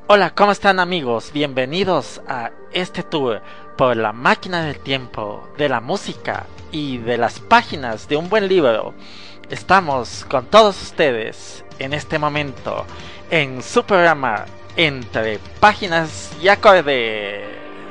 Hola, ¿cómo están amigos? Bienvenidos a este tour por la máquina del tiempo, de la música y de las páginas de un buen libro. Estamos con todos ustedes en este momento en su programa Entre Páginas y Acordes.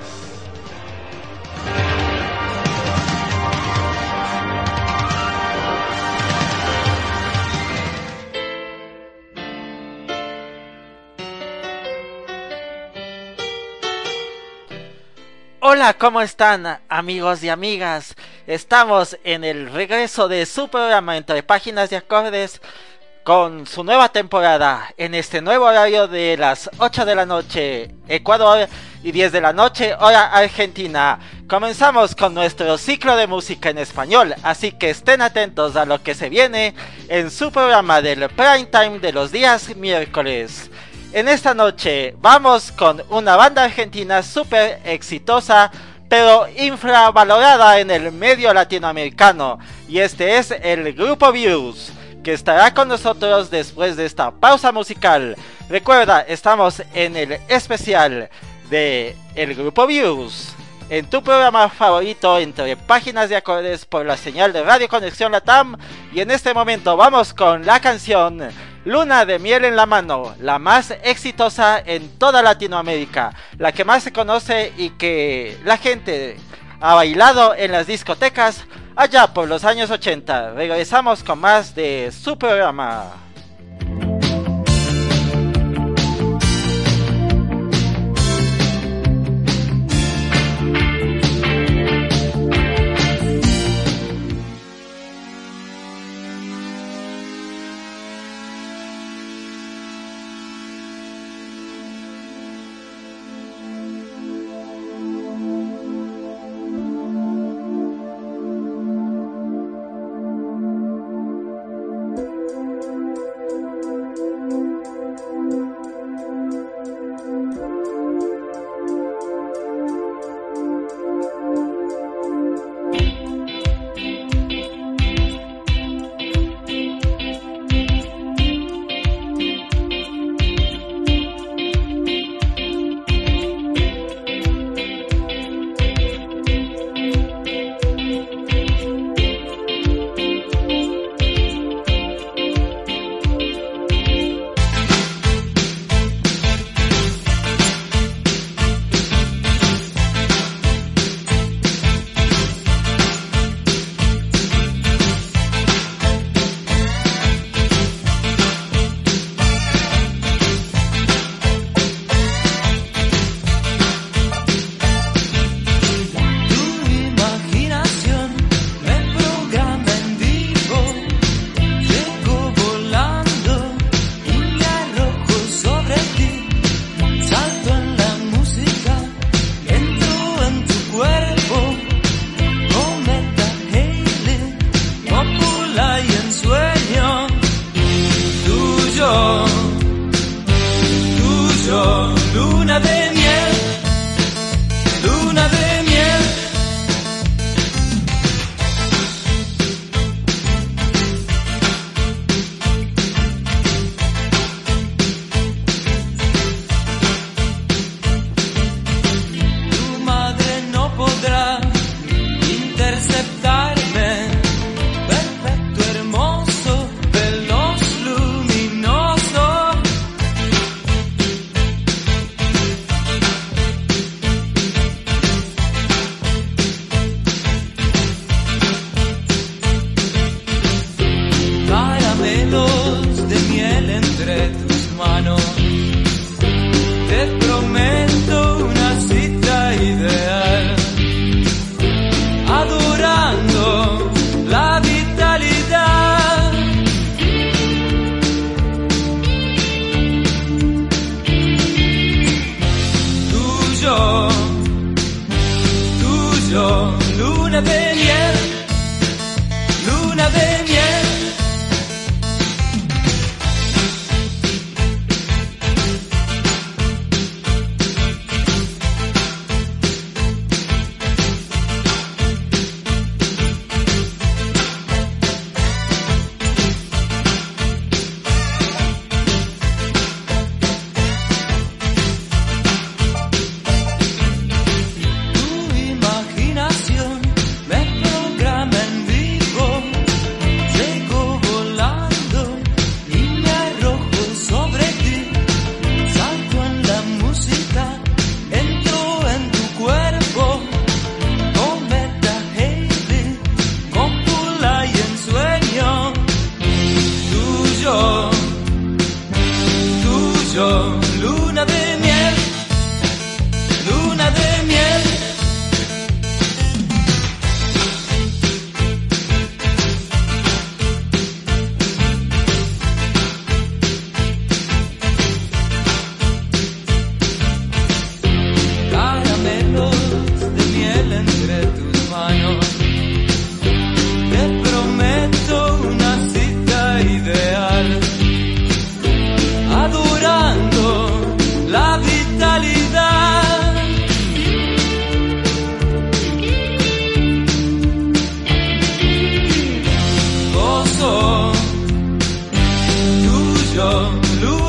Hola, ¿cómo están amigos y amigas? Estamos en el regreso de su programa Entre Páginas y Acordes con su nueva temporada en este nuevo horario de las 8 de la noche Ecuador y 10 de la noche hora Argentina. Comenzamos con nuestro ciclo de música en español, así que estén atentos a lo que se viene en su programa del prime time de los días miércoles. En esta noche vamos con una banda argentina súper exitosa, pero infravalorada en el medio latinoamericano. Y este es el Grupo Virus, que estará con nosotros después de esta pausa musical. Recuerda, estamos en el especial de el Grupo Virus, en tu programa favorito Entre Páginas de Acordes por la señal de Radio Conexión Latam. Y en este momento vamos con la canción Luna de Miel en la Mano, la más exitosa en toda Latinoamérica, la que más se conoce y que la gente ha bailado en las discotecas allá por los años 80. Regresamos con más de su programa.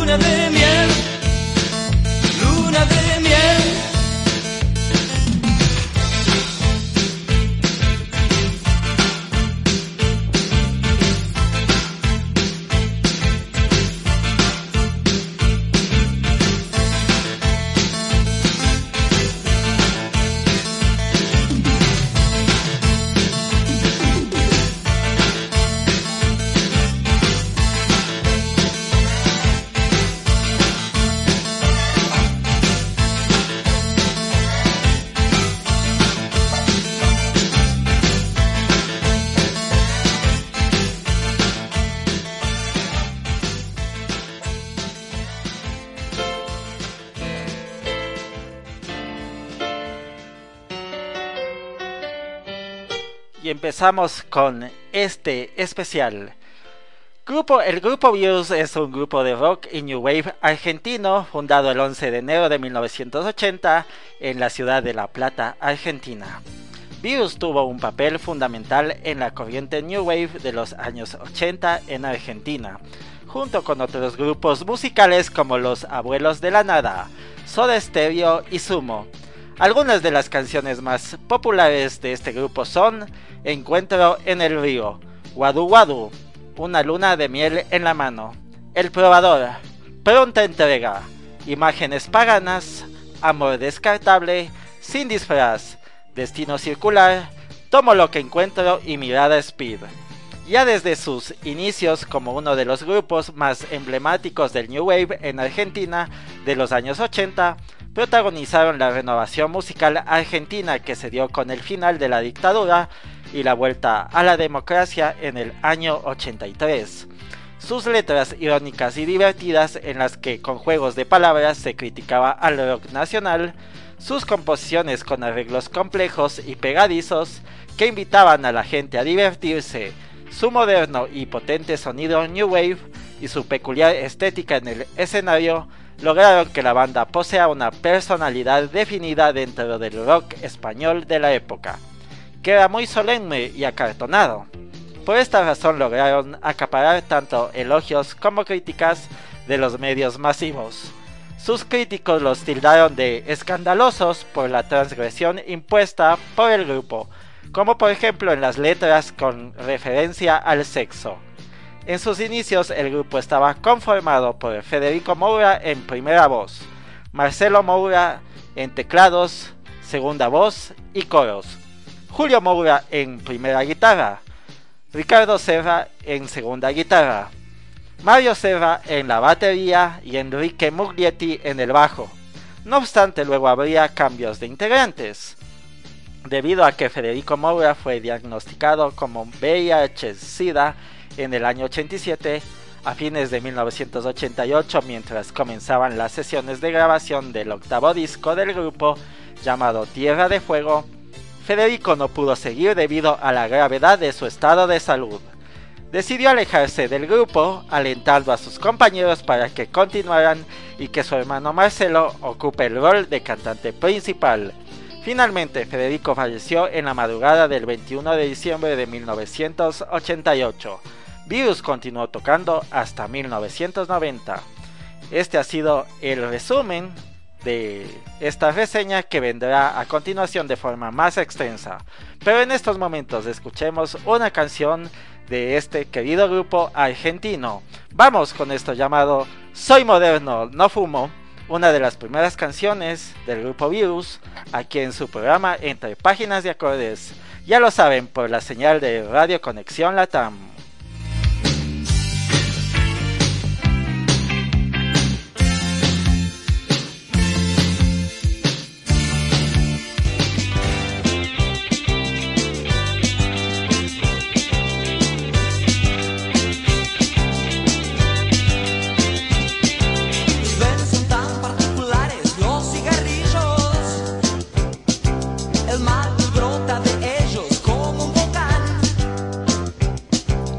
luna de miel, luna de miel. Y empezamos con este especial. El grupo Virus es un grupo de rock y new wave argentino fundado el 11 de enero de 1980 en la ciudad de La Plata, Argentina. Virus tuvo un papel fundamental en la corriente new wave de los años 80 en Argentina, junto con otros grupos musicales como Los Abuelos de la Nada, Soda Stereo y Sumo. Algunas de las canciones más populares de este grupo son Encuentro en el río, Guadu Guadu, Una luna de miel en la mano, El probador, Pronta entrega, Imágenes paganas, Amor descartable, Sin disfraz, Destino circular, Tomo lo que encuentro y Mirada Speed. Ya desde sus inicios como uno de los grupos más emblemáticos del New Wave en Argentina de los años 80, protagonizaron la renovación musical argentina que se dio con el final de la dictadura y la vuelta a la democracia en el año 83. Sus letras irónicas y divertidas en las que con juegos de palabras se criticaba al rock nacional, sus composiciones con arreglos complejos y pegadizos que invitaban a la gente a divertirse, su moderno y potente sonido new wave y su peculiar estética en el escenario lograron que la banda posea una personalidad definida dentro del rock español de la época, que era muy solemne y acartonado. Por esta razón lograron acaparar tanto elogios como críticas de los medios masivos. Sus críticos los tildaron de escandalosos por la transgresión impuesta por el grupo, como por ejemplo en las letras con referencia al sexo. En sus inicios el grupo estaba conformado por Federico Moura en primera voz, Marcelo Moura en teclados, segunda voz y coros, Julio Moura en primera guitarra, Ricardo Serra en segunda guitarra, Mario Serra en la batería y Enrique Muglietti en el bajo. No obstante, luego habría cambios de integrantes, debido a que Federico Moura fue diagnosticado como VIH-Sida en el año 87, a fines de 1988, mientras comenzaban las sesiones de grabación del octavo disco del grupo llamado Tierra de Fuego. Federico no pudo seguir debido a la gravedad de su estado de salud. Decidió alejarse del grupo, alentando a sus compañeros para que continuaran y que su hermano Marcelo ocupe el rol de cantante principal. Finalmente, Federico falleció en la madrugada del 21 de diciembre de 1988. Virus continuó tocando hasta 1990. Este ha sido el resumen de esta reseña, que vendrá a continuación de forma más extensa. Pero en estos momentos escuchemos una canción de este querido grupo argentino. Vamos con esto llamado Soy moderno, no fumo, una de las primeras canciones del grupo Virus, aquí en su programa Entre Páginas de Acordes. Ya lo saben, por la señal de Radio Conexión Latam. El mal brota de ellos como un volcán.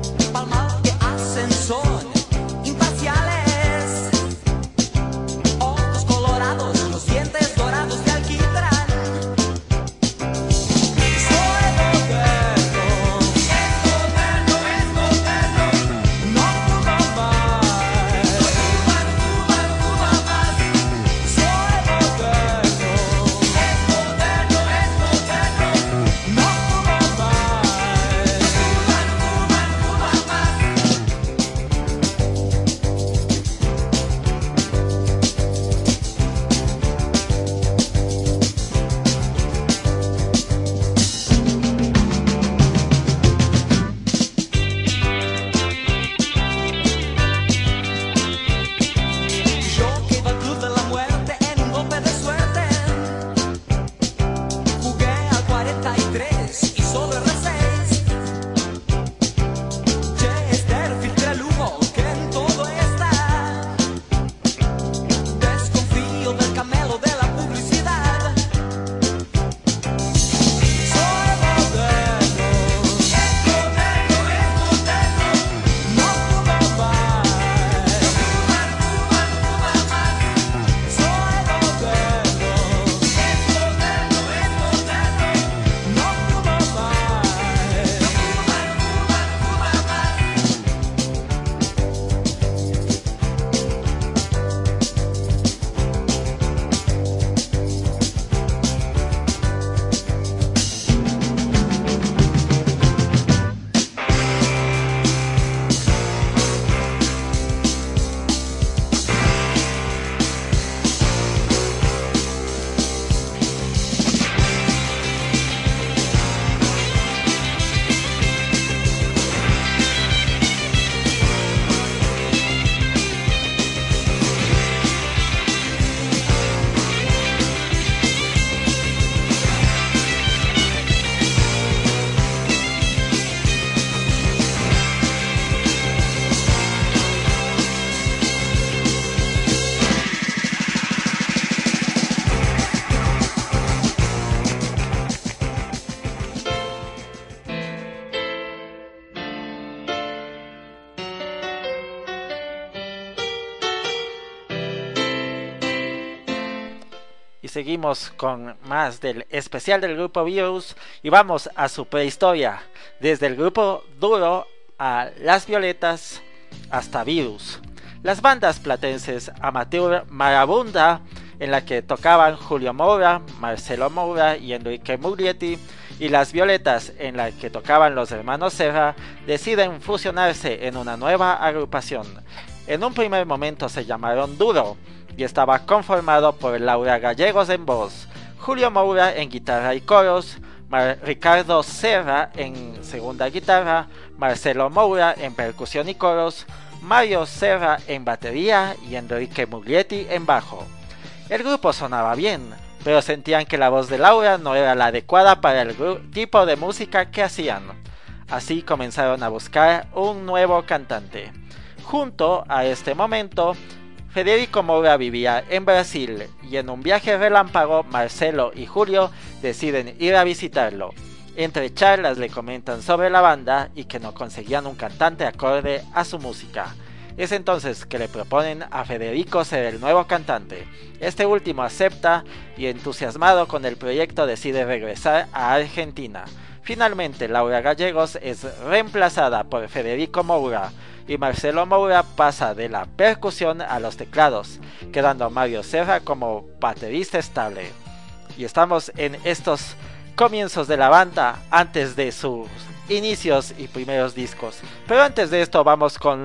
y seguimos con más del especial del grupo Virus y vamos a su prehistoria, desde el grupo Duro a Las Violetas hasta Virus. Las bandas platenses Amateur Marabunda, en la que tocaban Julio Moura, Marcelo Moura y Enrique Muglietti, y Las Violetas, en la que tocaban los hermanos Serra, deciden fusionarse en una nueva agrupación. En un primer momento se llamaron Duro y estaba conformado por Laura Gallegos en voz, Julio Moura en guitarra y coros, Ricardo Serra en segunda guitarra, Marcelo Moura en percusión y coros, Mario Serra en batería y Enrique Muglietti en bajo. El grupo sonaba bien, pero sentían que la voz de Laura no era la adecuada para el tipo de música que hacían. Así comenzaron a buscar un nuevo cantante. Junto a este momento, Federico Moura vivía en Brasil y en un viaje relámpago Marcelo y Julio deciden ir a visitarlo. Entre charlas le comentan sobre la banda y que no conseguían un cantante acorde a su música. Es entonces que le proponen a Federico ser el nuevo cantante. Este último acepta y entusiasmado con el proyecto decide regresar a Argentina. Finalmente Laura Gallegos es reemplazada por Federico Moura y Marcelo Moura pasa de la percusión a los teclados, quedando Mario Serra como baterista estable. Y estamos en estos comienzos de la banda antes de sus inicios y primeros discos. Pero antes de esto vamos con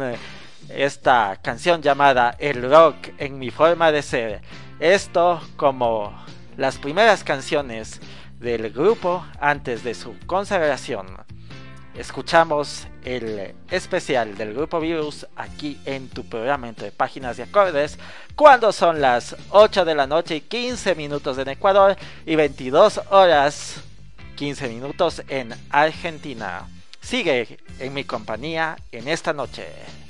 esta canción llamada El Rock en mi forma de ser. Esto como las primeras canciones del grupo antes de su consagración. Escuchamos el especial del grupo Virus aquí en tu programa Entre Páginas y Acordes, cuando son las 8 de la noche y 15 minutos en Ecuador y 22 horas 15 minutos en Argentina. Sigue en mi compañía en esta noche.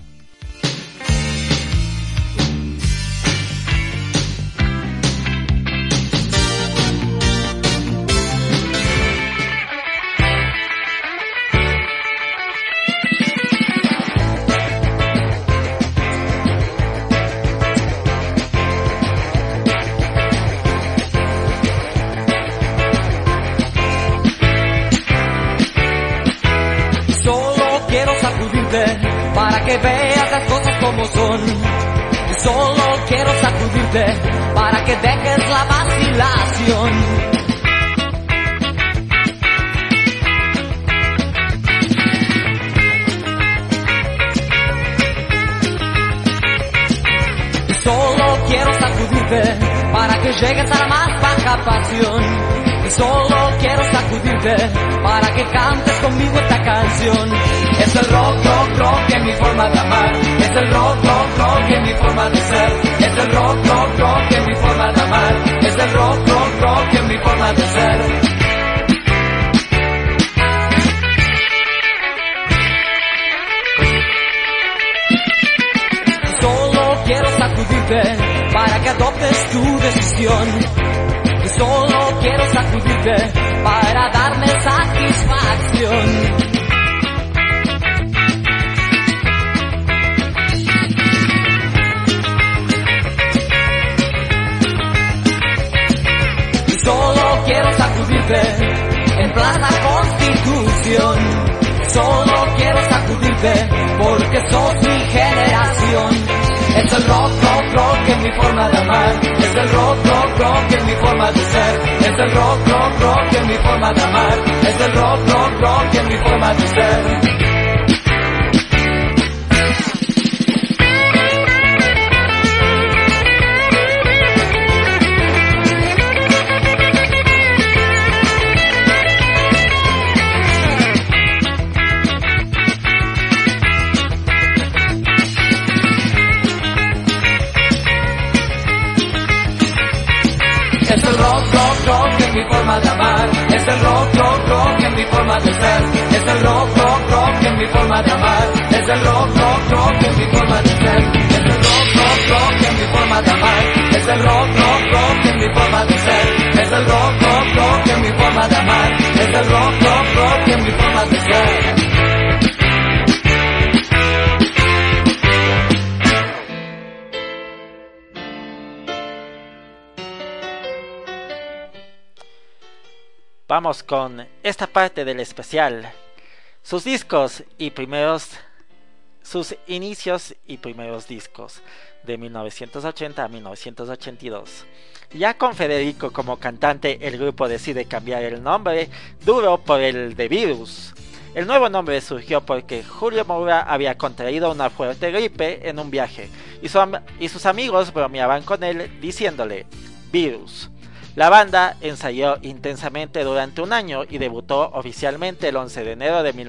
Para que veas las cosas como son. Y solo quiero sacudirte para que dejes la vacilación. Y solo quiero sacudirte para que llegues a la más baja pasión. Y solo quiero sacudirte para que cantes conmigo esta canción. Es el rock, rock, rock en mi forma de amar. Es el rock, rock, rock en mi forma de ser. Es el rock, rock, rock en mi forma de amar. Es el rock, rock, rock en mi forma de ser. Solo quiero sacudirte para que adoptes tu decisión. Y solo quiero sacudirte para darme satisfacción. Solo quiero sacudirte en Plaza Constitución. Solo quiero sacudirte porque sos mi generación. Es el rock, rock, rock en mi forma de amar. Es el rock, rock, rock en mi forma de ser. Es el rock, rock, rock en mi forma de amar. Es el rock, rock, rock en mi forma de ser. Es el rock, rock, rock en mi forma de amar. Es el rock, rock, rock en mi forma de ser. Es el rock, rock, rock en mi forma de amar. Es el rock, rock, rock en mi forma de ser. Es el rock, rock, rock en mi forma de amar. Es el rock, rock, rock en mi forma de ser. Es el rock, rock, rock en mi forma de amar. Es el rock, rock, rock en mi forma de ser. Vamos con esta parte del especial. Sus inicios y primeros discos de 1980 a 1982. Ya con Federico como cantante, el grupo decide cambiar el nombre duro por el de Virus. El nuevo nombre surgió porque Julio Moura había contraído una fuerte gripe en un viaje y sus amigos bromeaban con él diciéndole Virus. La banda ensayó intensamente durante un año y debutó oficialmente el 11 de enero de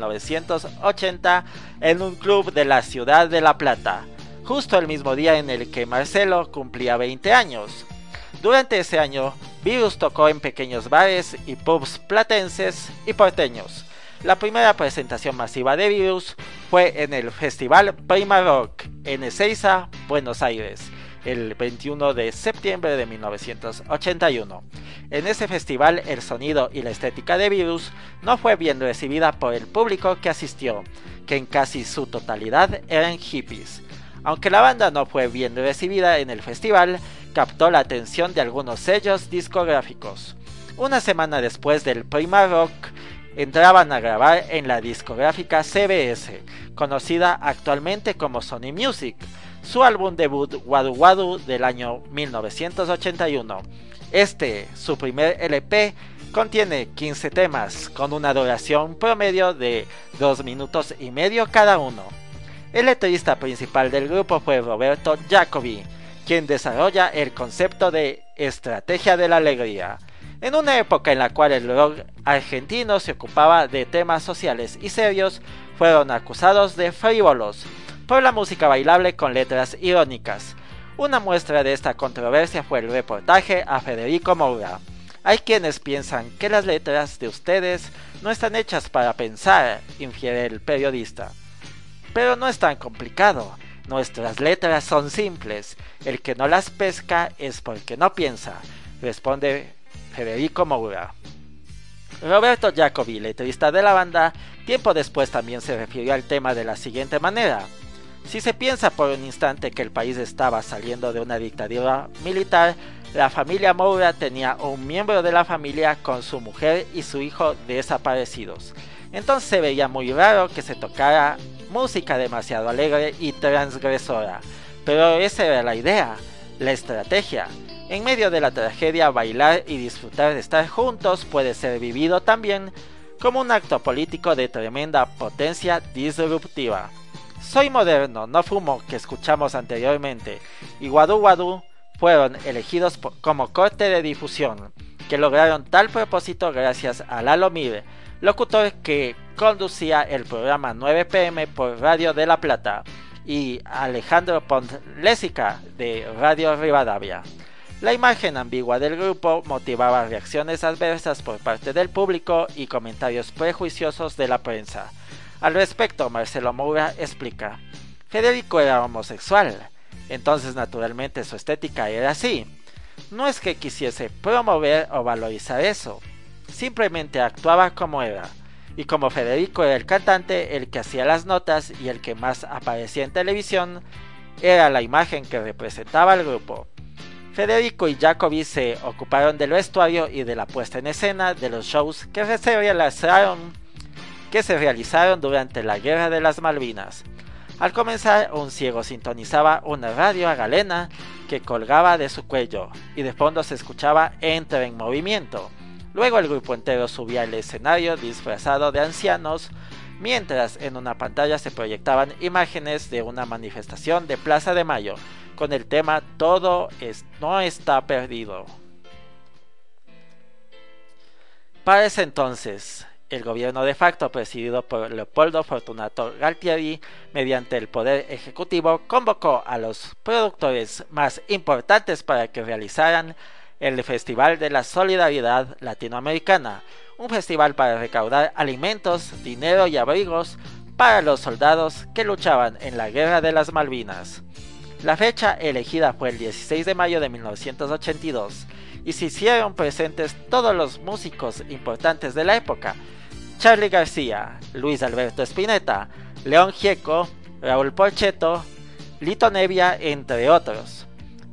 1980 en un club de la ciudad de La Plata, justo el mismo día en el que Marcelo cumplía 20 años. Durante ese año, Virus tocó en pequeños bares y pubs platenses y porteños. La primera presentación masiva de Virus fue en el festival Prima Rock en Ezeiza, Buenos Aires, el 21 de septiembre de 1981. En ese festival el sonido y la estética de Virus no fue bien recibida por el público que asistió, que en casi su totalidad eran hippies. Aunque la banda no fue bien recibida en el festival, captó la atención de algunos sellos discográficos. Una semana después del Prima Rock, entraban a grabar en la discográfica CBS, conocida actualmente como Sony Music, su álbum debut Wadu Wadu del año 1981. Su primer LP, contiene 15 temas, con una duración promedio de 2 minutos y medio cada uno. El letrista principal del grupo fue Roberto Jacobi, quien desarrolla el concepto de estrategia de la alegría. En una época en la cual el rock argentino se ocupaba de temas sociales y serios, fueron acusados de frívolos por la música bailable con letras irónicas. Una muestra de esta controversia fue el reportaje a Federico Moura. Hay quienes piensan que las letras de ustedes no están hechas para pensar, infiere el periodista. Pero no es tan complicado. Nuestras letras son simples. El que no las pesca es porque no piensa, responde Federico Moura. Roberto Jacobi, letrista de la banda, tiempo después también se refirió al tema de la siguiente manera. Si se piensa por un instante que el país estaba saliendo de una dictadura militar, la familia Moura tenía un miembro de la familia con su mujer y su hijo desaparecidos. Entonces se veía muy raro que se tocara música demasiado alegre y transgresora. Pero esa era la idea, la estrategia. En medio de la tragedia, bailar y disfrutar de estar juntos puede ser vivido también como un acto político de tremenda potencia disruptiva. Soy moderno, no fumo, que escuchamos anteriormente, y Wadu Wadu fueron elegidos como corte de difusión, que lograron tal propósito gracias a Lalo Mir, locutor que conducía el programa 9 PM por Radio de La Plata, y Alejandro Pontlesica de Radio Rivadavia. La imagen ambigua del grupo motivaba reacciones adversas por parte del público y comentarios prejuiciosos de la prensa. Al respecto, Marcelo Moura explica: Federico era homosexual, entonces naturalmente su estética era así. No es que quisiese promover o valorizar eso, simplemente actuaba como era. Y como Federico era el cantante, el que hacía las notas y el que más aparecía en televisión, era la imagen que representaba al grupo. Federico y Jacobi se ocuparon del vestuario y de la puesta en escena de los shows que se realizaron durante la Guerra de las Malvinas. Al comenzar, un ciego sintonizaba una radio a galena que colgaba de su cuello y de fondo se escuchaba Entra en movimiento. Luego el grupo entero subía al escenario disfrazado de ancianos, mientras en una pantalla se proyectaban imágenes de una manifestación de Plaza de Mayo, con el tema Todo no está perdido. Para ese entonces, el gobierno de facto, presidido por Leopoldo Fortunato Galtieri, mediante el Poder Ejecutivo, convocó a los productores más importantes para que realizaran el Festival de la Solidaridad Latinoamericana, un festival para recaudar alimentos, dinero y abrigos para los soldados que luchaban en la Guerra de las Malvinas. La fecha elegida fue el 16 de mayo de 1982 y se hicieron presentes todos los músicos importantes de la época: Charly García, Luis Alberto Spinetta, León Gieco, Raúl Porchetto, Lito Nebbia, entre otros.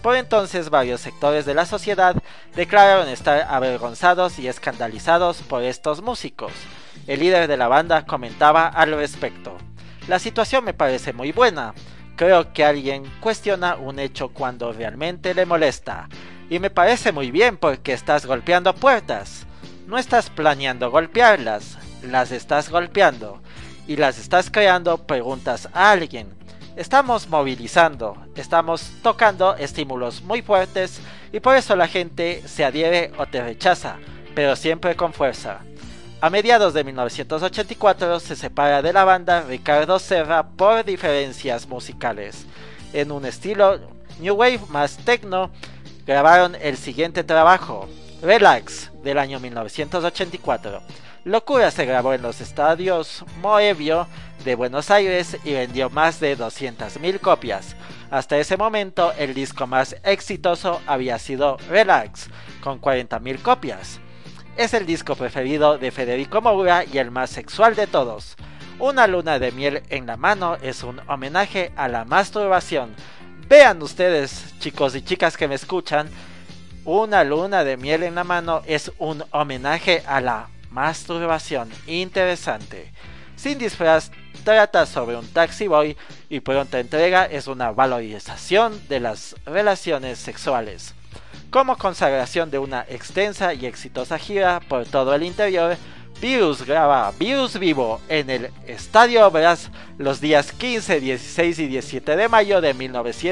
Por entonces varios sectores de la sociedad declararon estar avergonzados y escandalizados por estos músicos. El líder de la banda comentaba al respecto: "La situación me parece muy buena. Creo que alguien cuestiona un hecho cuando realmente le molesta. Y me parece muy bien porque estás golpeando puertas. No estás planeando golpearlas, las estás golpeando. Y las estás creando preguntas a alguien. Estamos movilizando, estamos tocando estímulos muy fuertes y por eso la gente se adhiere o te rechaza, pero siempre con fuerza". A mediados de 1984 se separa de la banda Ricardo Serra por diferencias musicales. En un estilo New Wave más techno, grabaron el siguiente trabajo, Relax, del año 1984. Locura se grabó en los estadios Moebio de Buenos Aires y vendió más de 200.000 copias. Hasta ese momento el disco más exitoso había sido Relax, con 40.000 copias. Es el disco preferido de Federico Moura y el más sexual de todos. Una luna de miel en la mano es un homenaje a la masturbación. Vean ustedes, chicos y chicas que me escuchan, una luna de miel en la mano es un homenaje a la masturbación. Interesante. Sin disfraz trata sobre un taxi boy y pronta entrega es una valorización de las relaciones sexuales. Como consagración de una extensa y exitosa gira por todo el interior, Virus graba Virus Vivo en el Estadio Obras los días 15, 16 y 17 de mayo de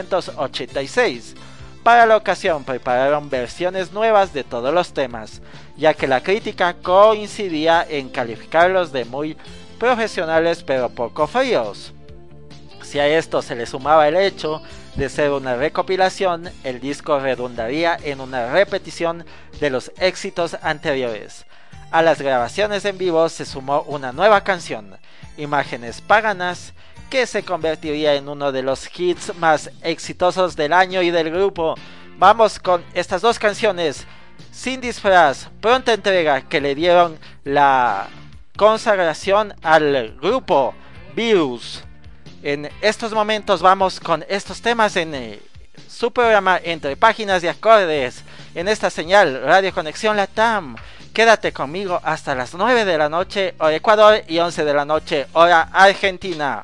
1986. Para la ocasión prepararon versiones nuevas de todos los temas, ya que la crítica coincidía en calificarlos de muy profesionales pero poco fríos. Si a esto se le sumaba el hecho de ser una recopilación, el disco redundaría en una repetición de los éxitos anteriores. A las grabaciones en vivo se sumó una nueva canción, Imágenes Paganas, que se convertiría en uno de los hits más exitosos del año y del grupo. Vamos con estas dos canciones, Sin Disfraz, pronta entrega, que le dieron la consagración al grupo Virus. En estos momentos vamos con estos temas en su programa Entre Páginas de Acordes, en esta señal Radio Conexión Latam. Quédate conmigo hasta las 9 de la noche hora Ecuador y 11 de la noche hora Argentina.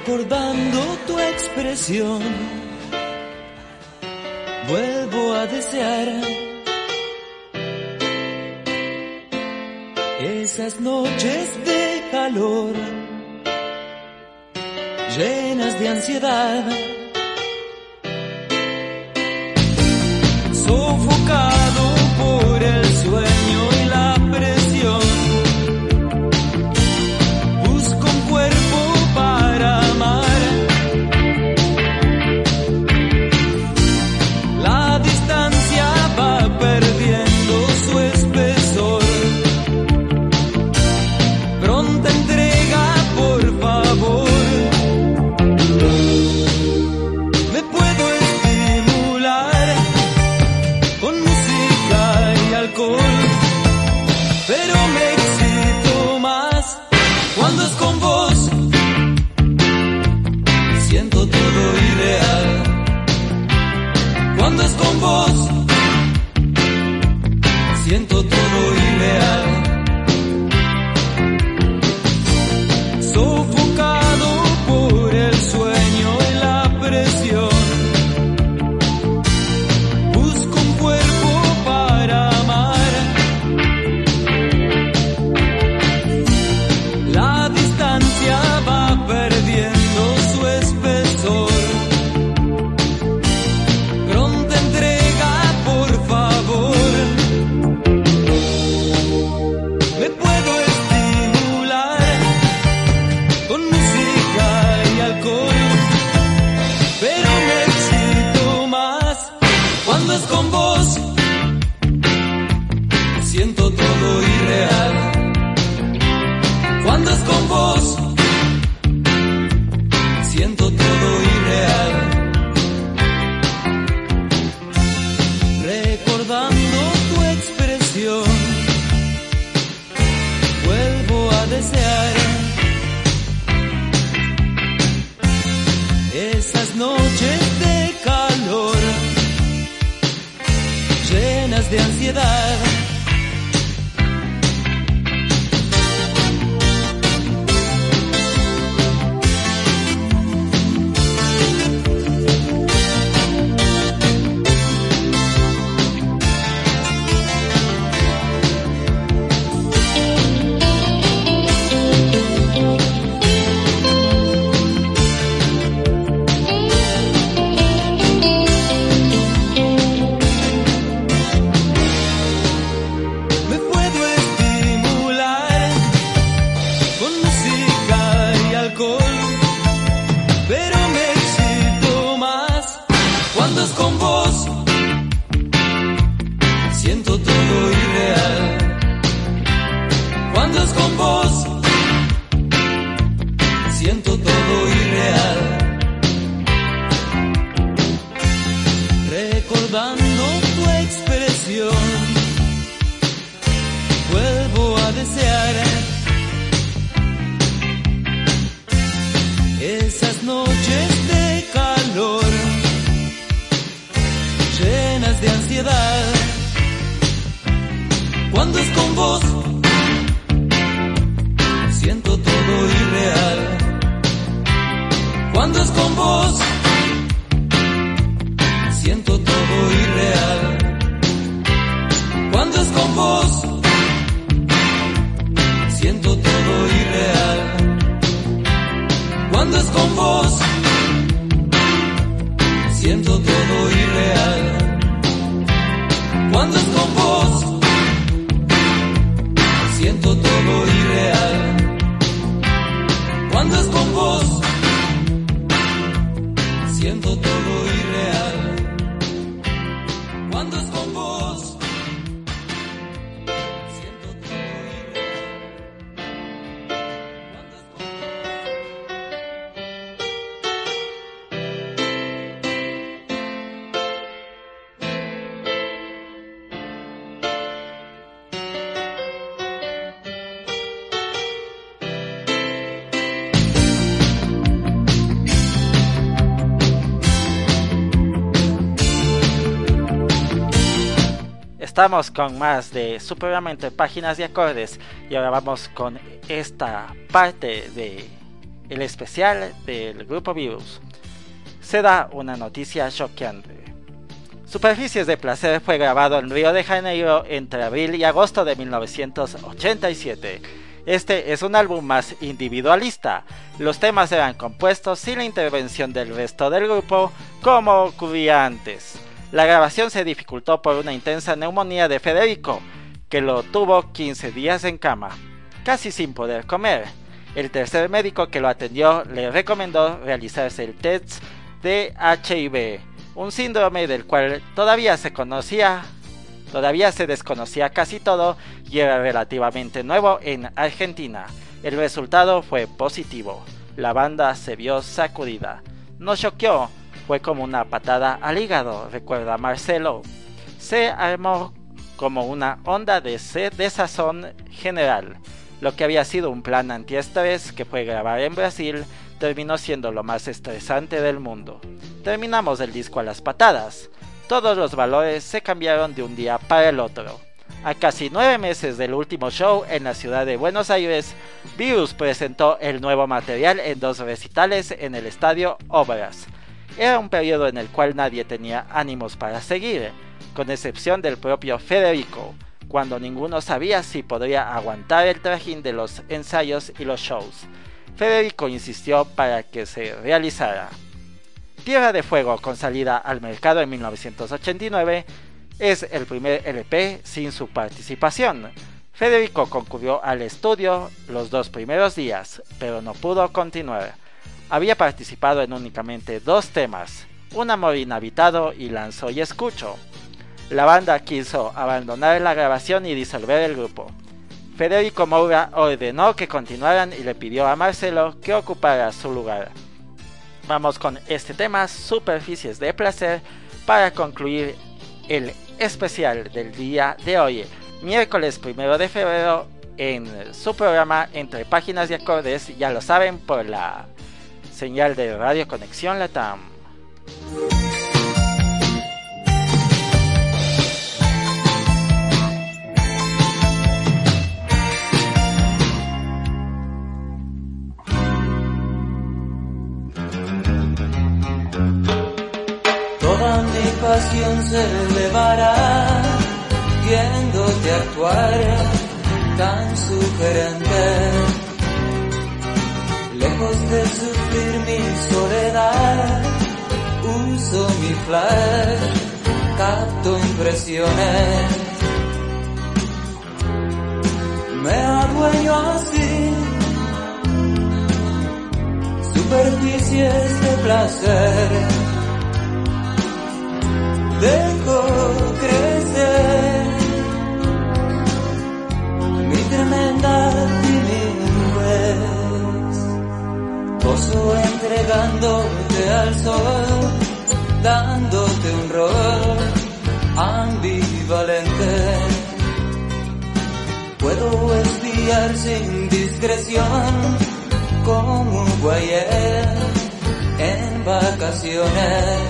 Recordando tu expresión, vuelvo a desear esas noches de calor, llenas de ansiedad, sofocado por el sueño y la presión. Busco un cuerpo para amar. La distancia va perdiendo su espesor. Pronta entrega, por favor. Me puedo estimular con música y alcohol, pero me excito más cuando es con vos. Siento todo irreal cuando es con vos. Siento todo irreal. Sofocado por el sueño y la presión. Busco un cuerpo para amar. La distancia va perdiendo su espesor. Pronta entrega, por favor. Me puedo estimular con música y alcohol, pero me excito más cuando es con vos. Siento todo irreal cuando es con vos. Siento todo irreal. Recordando tu expresión, vuelvo a desear esas noches de calor, llenas de ansiedad. Me puedo estimular con música y alcohol, pero me excito más cuando es con vos. Siento todo irreal cuando es con vos. Siento todo irreal. Recordando tu expresión, vuelvo a desear esas noches de calor, llenas de ansiedad. Cuando es con vos, siento todo irreal. Cuando es con vos, siento todo irreal. Cuando es con vos, siento todo irreal. Cuando es con vos, siento todo irreal. Cuando es con vos, siento todo irreal. Cuando es con vos, siento todo irreal. Cuando es con vos, siento todo irreal. Cuando es con Estamos con más de su programa Entre Páginas y Acordes y ahora vamos con esta parte el especial del grupo Virus. Se da una noticia choqueante. Superficies de Placer fue grabado en Río de Janeiro entre abril y agosto de 1987. Este es un álbum más individualista. Los temas eran compuestos sin la intervención del resto del grupo, como ocurría antes. La grabación se dificultó por una intensa neumonía de Federico, que lo tuvo 15 días en cama, casi sin poder comer. El tercer médico que lo atendió le recomendó realizarse el test de HIV, un síndrome del cual todavía se desconocía casi todo y era relativamente nuevo en Argentina. El resultado fue positivo. La banda se vio sacudida. Nos choqueó, fue como una patada al hígado, recuerda Marcelo. Se armó como una onda de desazón general. Lo que había sido un plan antiestrés que fue grabar en Brasil terminó siendo lo más estresante del mundo. Terminamos el disco a las patadas. Todos los valores se cambiaron de un día para el otro. A casi 9 meses del último show en la ciudad de Buenos Aires, Virus presentó el nuevo material en 2 recitales en el estadio Obras. Era un periodo en el cual nadie tenía ánimos para seguir, con excepción del propio Federico, cuando ninguno sabía si podría aguantar el trajín de los ensayos y los shows. Federico insistió para que se realizara. Tierra de Fuego, con salida al mercado en 1989, es el primer LP sin su participación. Federico concurrió al estudio los 2 primeros días, pero no pudo continuar. Había participado en únicamente 2 temas, Un amor inhabitado y Lanzo y Escucho. La banda quiso abandonar la grabación y disolver el grupo. Federico Moura ordenó que continuaran y le pidió a Marcelo que ocupara su lugar. Vamos con este tema, Superficies de Placer, para concluir el especial del día de hoy, miércoles 1 de febrero, en su programa Entre Páginas y Acordes, ya lo saben, por la señal de Radio Conexión Latam. Toda mi pasión se elevará viéndote actuar tan sugerente. Lejos de sufrir mi soledad, uso mi flash, capto impresiones. Me adueño así, superficies de placer. Dejo crecer mi tremenda timidez, gozo entregándote al sol, dándote un rol ambivalente. Puedo espiar sin discreción como un guayé en vacaciones.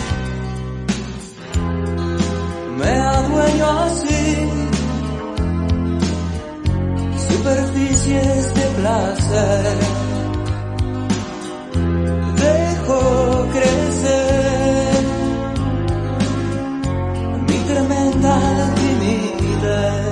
Me adueño así, superficies de placer. Dejo crecer mi tremenda timidez.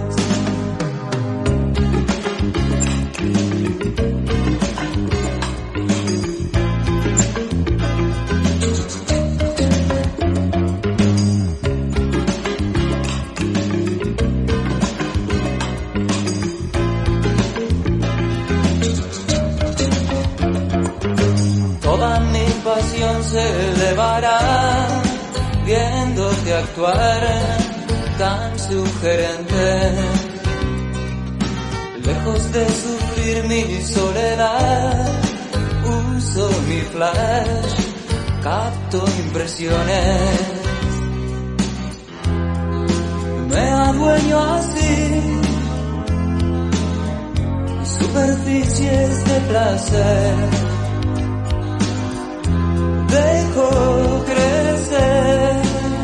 Se elevará viéndote actuar tan sugerente. Lejos de sufrir mi soledad, uso mi flash, capto impresiones. Me adueño así, superficies de placer. Dejo crecer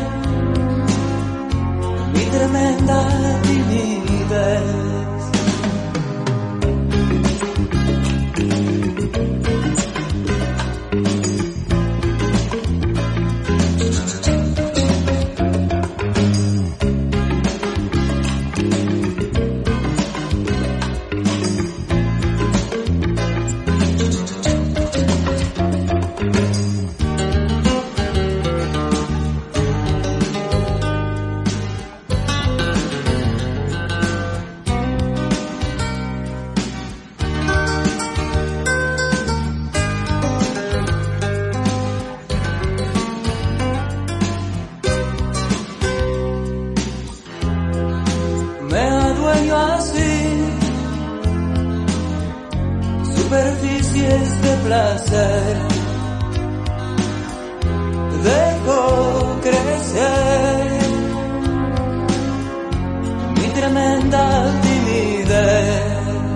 mi tremenda timidez. placer. Dejo crecer mi tremenda timidez.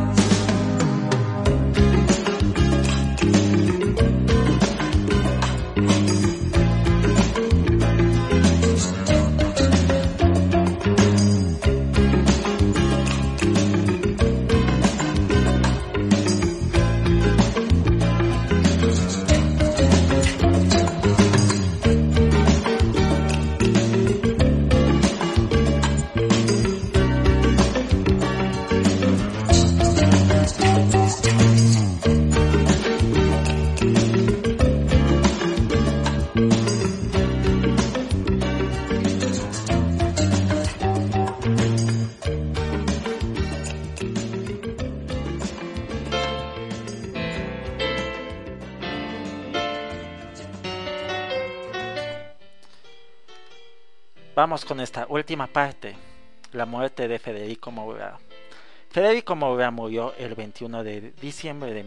Vamos con esta última parte, la muerte de Federico Moura. Federico Moura murió el 21 de diciembre de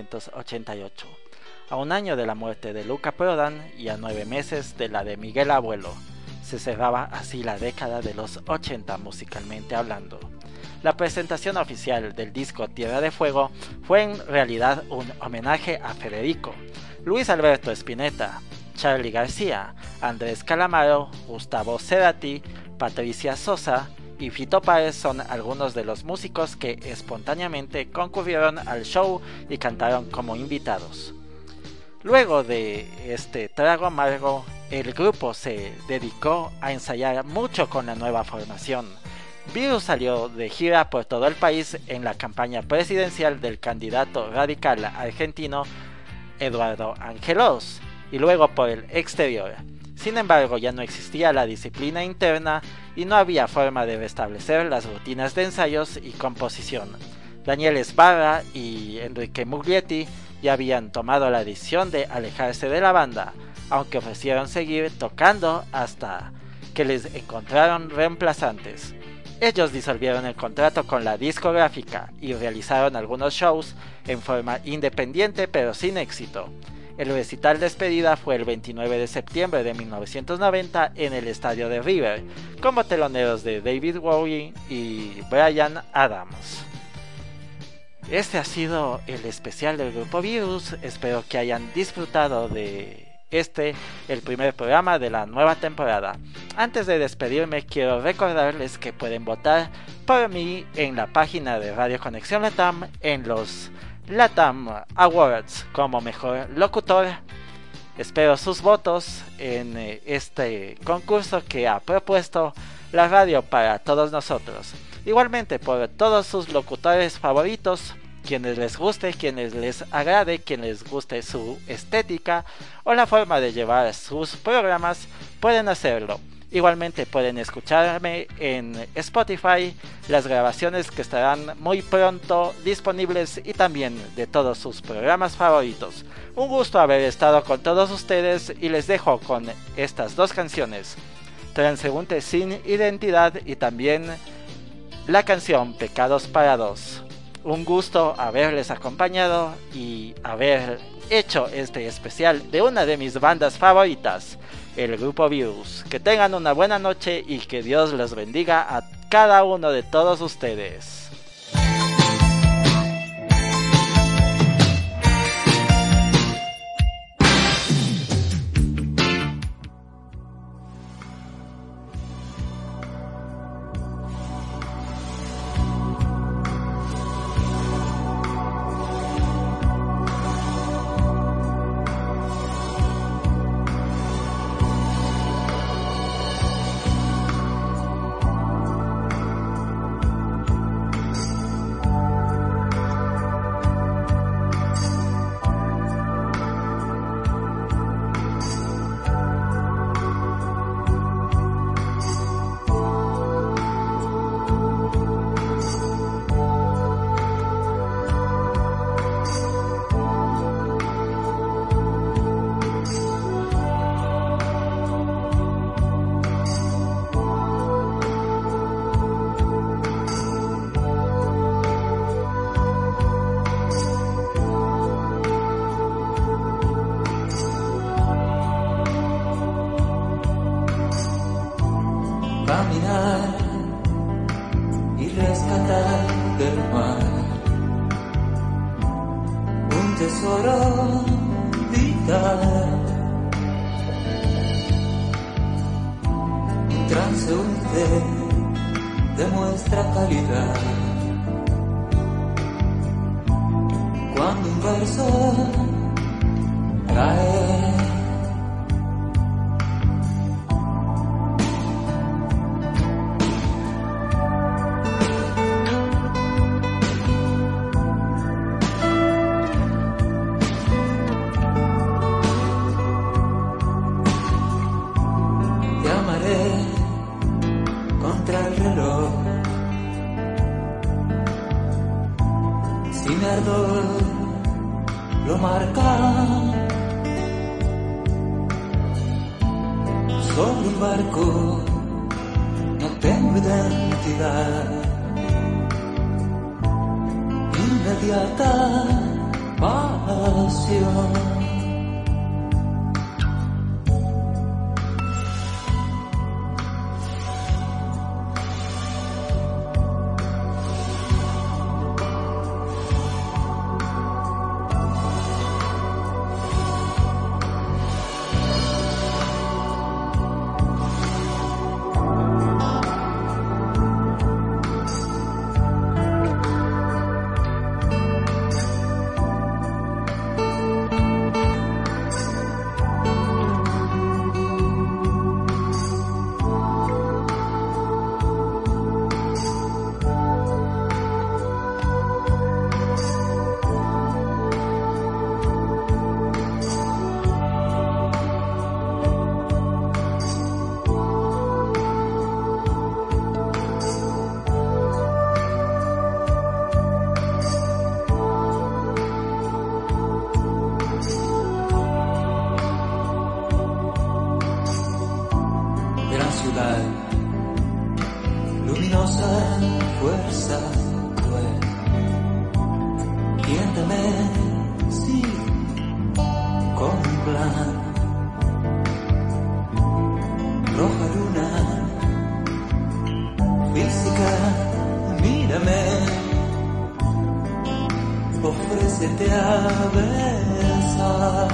1988, a un año de la muerte de Luca Prodan y a 9 meses de la de Miguel Abuelo. Se cerraba así la década de los 80 musicalmente hablando. La presentación oficial del disco Tierra de Fuego fue en realidad un homenaje a Federico. Luis Alberto Spinetta, Charly García, Andrés Calamaro, Gustavo Cerati, Patricia Sosa y Fito Páez son algunos de los músicos que espontáneamente concurrieron al show y cantaron como invitados. Luego de este trago amargo, el grupo se dedicó a ensayar mucho con la nueva formación. Virus salió de gira por todo el país en la campaña presidencial del candidato radical argentino Eduardo Angelos, y luego por el exterior. Sin embargo, ya no existía la disciplina interna y no había forma de restablecer las rutinas de ensayos y composición. Daniel Esbarra y Enrique Muglietti ya habían tomado la decisión de alejarse de la banda, aunque ofrecieron seguir tocando hasta que les encontraron reemplazantes. Ellos disolvieron el contrato con la discográfica y realizaron algunos shows en forma independiente pero sin éxito. El recital despedida fue el 29 de septiembre de 1990 en el estadio de River, como teloneros de David Bowie y Bryan Adams. Este ha sido el especial del grupo Virus. Espero que hayan disfrutado de el primer programa de la nueva temporada. Antes de despedirme, quiero recordarles que pueden votar por mí en la página de Radio Conexión Latam en los Latam Awards como mejor locutor. Espero sus votos en este concurso que ha propuesto la radio para todos nosotros. Igualmente por todos sus locutores favoritos, quienes les guste, quienes les agrade, quienes les guste su estética o la forma de llevar sus programas, pueden hacerlo. Igualmente pueden escucharme en Spotify, las grabaciones que estarán muy pronto disponibles y también de todos sus programas favoritos. Un gusto haber estado con todos ustedes y les dejo con estas dos canciones, Transeúnte sin identidad y también la canción Pecados para dos. Un gusto haberles acompañado y haber hecho este especial de una de mis bandas favoritas, el grupo Virus. Que tengan una buena noche y que Dios los bendiga a cada uno de todos ustedes. caminar y rescatar del mar un tesoro vital, un transeúnte de nuestra calidad. Cuando un verso cae, te amaré contra el reloj, si mi ardor lo marca solo un barco, no tengo identidad, inmediata pasión. Luminosa fuerza cruel, tiénteme, sí, con un plan. Roja luna, física, mírame, ofrécete a besar.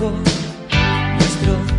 fuego nuestro